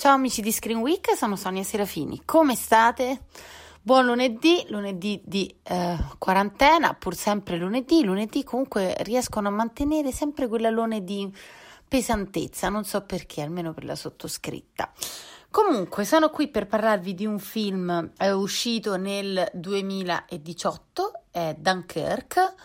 Ciao amici di Screen Week, sono Sonia Serafini. Come state? Buon lunedì di quarantena, pur sempre lunedì comunque riescono a mantenere sempre quell'alone di pesantezza, non so perché, almeno per la sottoscritta. Comunque sono qui per parlarvi di un film uscito nel 2018, è Dunkirk,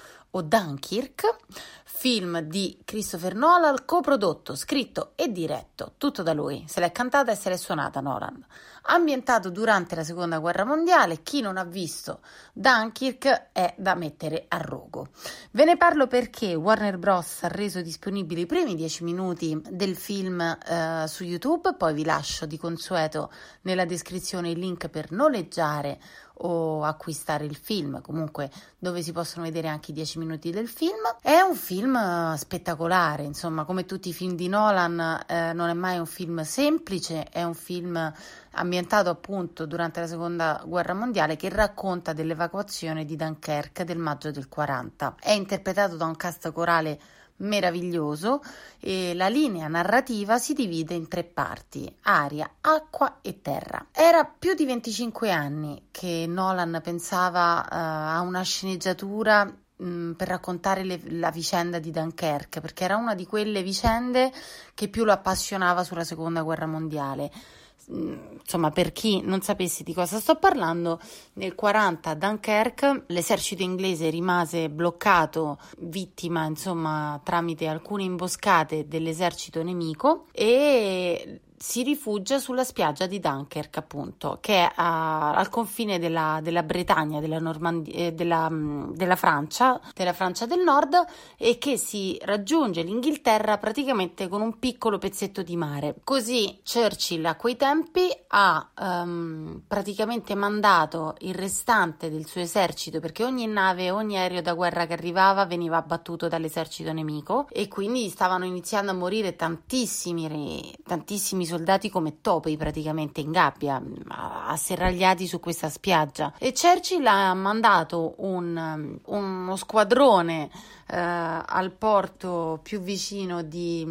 film di Christopher Nolan, coprodotto, scritto e diretto, tutto da lui, se l'è cantata e se l'è suonata Nolan. Ambientato durante la seconda guerra mondiale, chi non ha visto Dunkirk è da mettere a rogo. Ve ne parlo perché Warner Bros. Ha reso disponibili i primi 10 minuti del film su YouTube, poi vi lascio di consueto nella descrizione il link per noleggiare o acquistare il film, comunque dove si possono vedere anche i 10 minuti del film. È un film spettacolare, insomma, come tutti i film di Nolan, non è mai un film semplice, è un film ambientato appunto durante la seconda guerra mondiale che racconta dell'evacuazione di Dunkerque del maggio del 40. È interpretato da un cast corale meraviglioso e la linea narrativa si divide in 3 parti: aria, acqua e terra. Era più di 25 anni che Nolan pensava a una sceneggiatura per raccontare la vicenda di Dunkerque, perché era una di quelle vicende che più lo appassionava sulla seconda guerra mondiale. Insomma, per chi non sapesse di cosa sto parlando, nel 40 a Dunkerque l'esercito inglese rimase bloccato, vittima insomma tramite alcune imboscate dell'esercito nemico, e si rifugia sulla spiaggia di Dunkerque, appunto, che è al confine della Bretagna, della Normandia, della Francia del Nord, e che si raggiunge l'Inghilterra praticamente con un piccolo pezzetto di mare. Così Churchill a quei tempi ha praticamente mandato il restante del suo esercito, perché ogni nave, ogni aereo da guerra che arrivava veniva abbattuto dall'esercito nemico, e quindi stavano iniziando a morire tantissimi soldati come topi praticamente in gabbia, asserragliati su questa spiaggia, e Churchill ha mandato uno squadrone al porto più vicino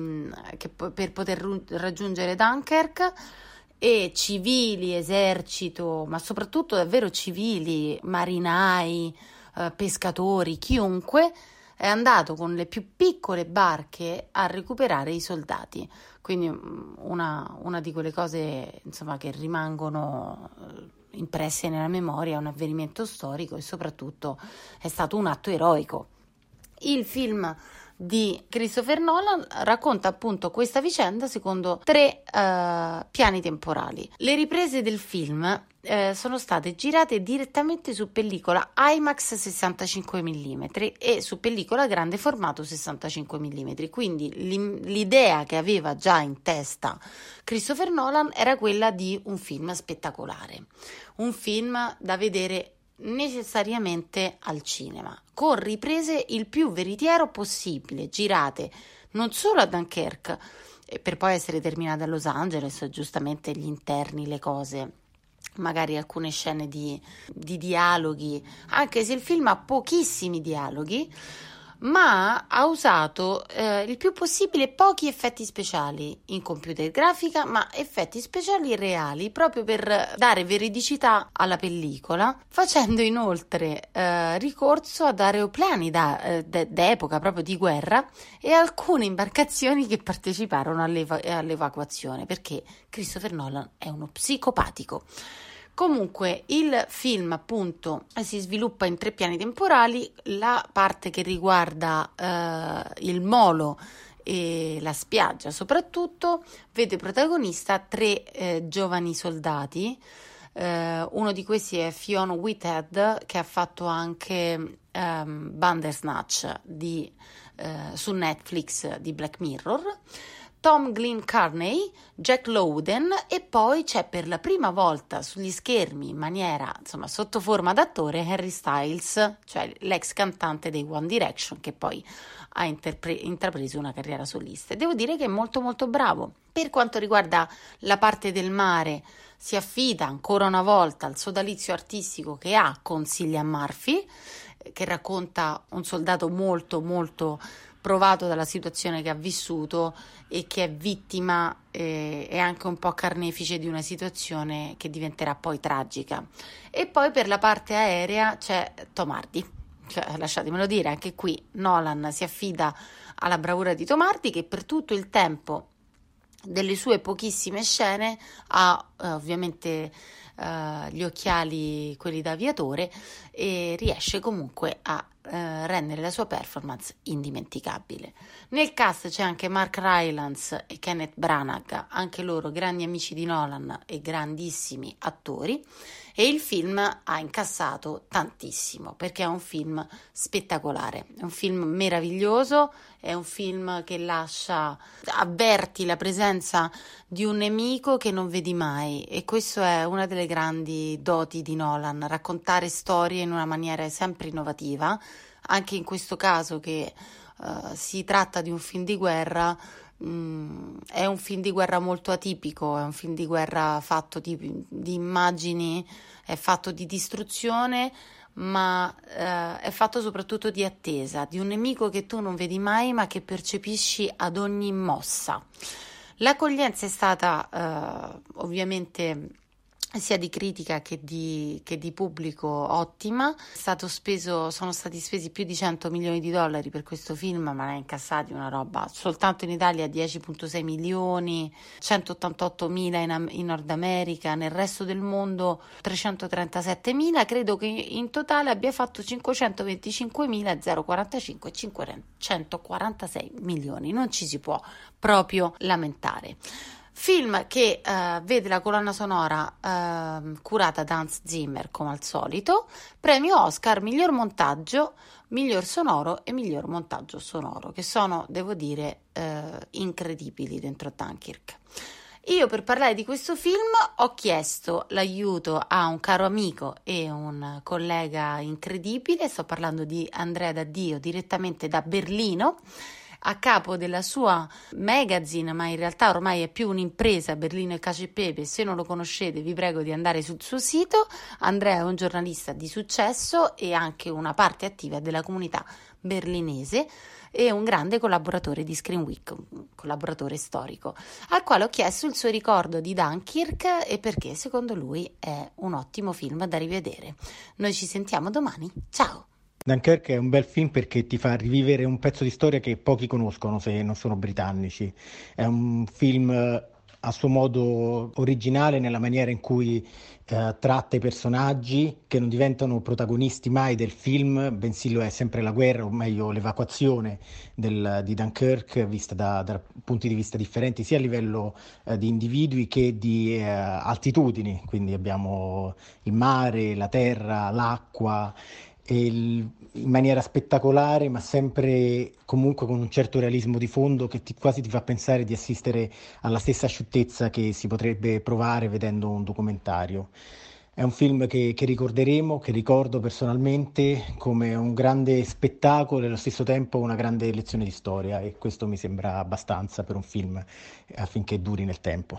per poter raggiungere Dunkerque, e civili, esercito, ma soprattutto davvero civili, marinai, pescatori, chiunque è andato con le più piccole barche a recuperare i soldati. Quindi una di quelle cose, insomma, che rimangono impresse nella memoria, un avvenimento storico, e soprattutto è stato un atto eroico. Il film di Christopher Nolan racconta appunto questa vicenda secondo 3 piani temporali. Le riprese del film sono state girate direttamente su pellicola IMAX 65 mm e su pellicola grande formato 65 mm, quindi l'idea che aveva già in testa Christopher Nolan era quella di un film spettacolare, un film da vedere necessariamente al cinema, con riprese il più veritiero possibile, girate non solo a Dunkerque per poi essere terminate a Los Angeles, giustamente gli interni, le cose, magari alcune scene di dialoghi, anche se il film ha pochissimi dialoghi, ma ha usato il più possibile pochi effetti speciali in computer grafica, ma effetti speciali reali, proprio per dare veridicità alla pellicola, facendo inoltre ricorso ad aeroplani d'epoca, proprio di guerra, e alcune imbarcazioni che parteciparono all'evacuazione, perché Christopher Nolan è uno psicopatico. Comunque il film appunto si sviluppa in 3 piani temporali. La parte che riguarda il molo e la spiaggia soprattutto vede protagonista 3 giovani soldati. Uno di questi è Fionn Whitehead, che ha fatto anche Bandersnatch su Netflix di Black Mirror, Tom Glynn Carney, Jack Lowden, e poi c'è per la prima volta sugli schermi in maniera, insomma, sotto forma d'attore, Harry Styles, cioè l'ex cantante dei One Direction, che poi ha intrapreso una carriera solista. Devo dire che è molto molto bravo. Per quanto riguarda la parte del mare, si affida ancora una volta al sodalizio artistico che ha con Cillian Murphy, che racconta un soldato molto molto provato dalla situazione che ha vissuto e che è vittima e anche un po' carnefice di una situazione che diventerà poi tragica. E poi per la parte aerea c'è Tom Hardy. Cioè, lasciatemelo dire, anche qui Nolan si affida alla bravura di Tom Hardy, che per tutto il tempo delle sue pochissime scene ha ovviamente gli occhiali, quelli da aviatore, e riesce comunque a rendere la sua performance indimenticabile. Nel cast c'è anche Mark Rylance e Kenneth Branagh, anche loro grandi amici di Nolan e grandissimi attori, e il film ha incassato tantissimo perché è un film spettacolare, è un film meraviglioso, è un film che avverti la presenza di un nemico che non vedi mai, e questo è una delle grandi doti di Nolan, raccontare storie in una maniera sempre innovativa. Anche in questo caso che si tratta di un film di guerra, è un film di guerra molto atipico, è un film di guerra fatto di immagini, è fatto di distruzione, ma è fatto soprattutto di attesa, di un nemico che tu non vedi mai ma che percepisci ad ogni mossa. L'accoglienza è stata ovviamente sia di critica che di pubblico ottima. Sono stati spesi più di 100 milioni di dollari per questo film, ma ne ha incassati una roba soltanto in Italia 10,6 milioni, 188 mila in Nord America, nel resto del mondo 337 mila. Credo che in totale abbia fatto 525.045 546 milioni. Non ci si può proprio lamentare. Film che vede la colonna sonora curata da Hans Zimmer, come al solito, premio Oscar, miglior montaggio, miglior sonoro e miglior montaggio sonoro, che sono, devo dire, incredibili dentro Dunkirk. Io per parlare di questo film ho chiesto l'aiuto a un caro amico e un collega incredibile, sto parlando di Andrea D'Addio direttamente da Berlino, a capo della sua magazine, ma in realtà ormai è più un'impresa, Berlino e Cacio e Pepe. Se non lo conoscete vi prego di andare sul suo sito. Andrea è un giornalista di successo e anche una parte attiva della comunità berlinese e un grande collaboratore di Screen Week, un collaboratore storico, al quale ho chiesto il suo ricordo di Dunkirk e perché secondo lui è un ottimo film da rivedere. Noi ci sentiamo domani, ciao! Dunkirk è un bel film perché ti fa rivivere un pezzo di storia che pochi conoscono se non sono britannici. È un film a suo modo originale nella maniera in cui tratta i personaggi che non diventano protagonisti mai del film, bensì lo è sempre la guerra, o meglio l'evacuazione di Dunkirk, vista da punti di vista differenti, sia a livello di individui che di altitudini. Quindi abbiamo il mare, la terra, l'acqua, in maniera spettacolare, ma sempre comunque con un certo realismo di fondo che quasi ti fa pensare di assistere alla stessa asciuttezza che si potrebbe provare vedendo un documentario. È un film che ricorderemo, che ricordo personalmente come un grande spettacolo e allo stesso tempo una grande lezione di storia, e questo mi sembra abbastanza per un film affinché duri nel tempo.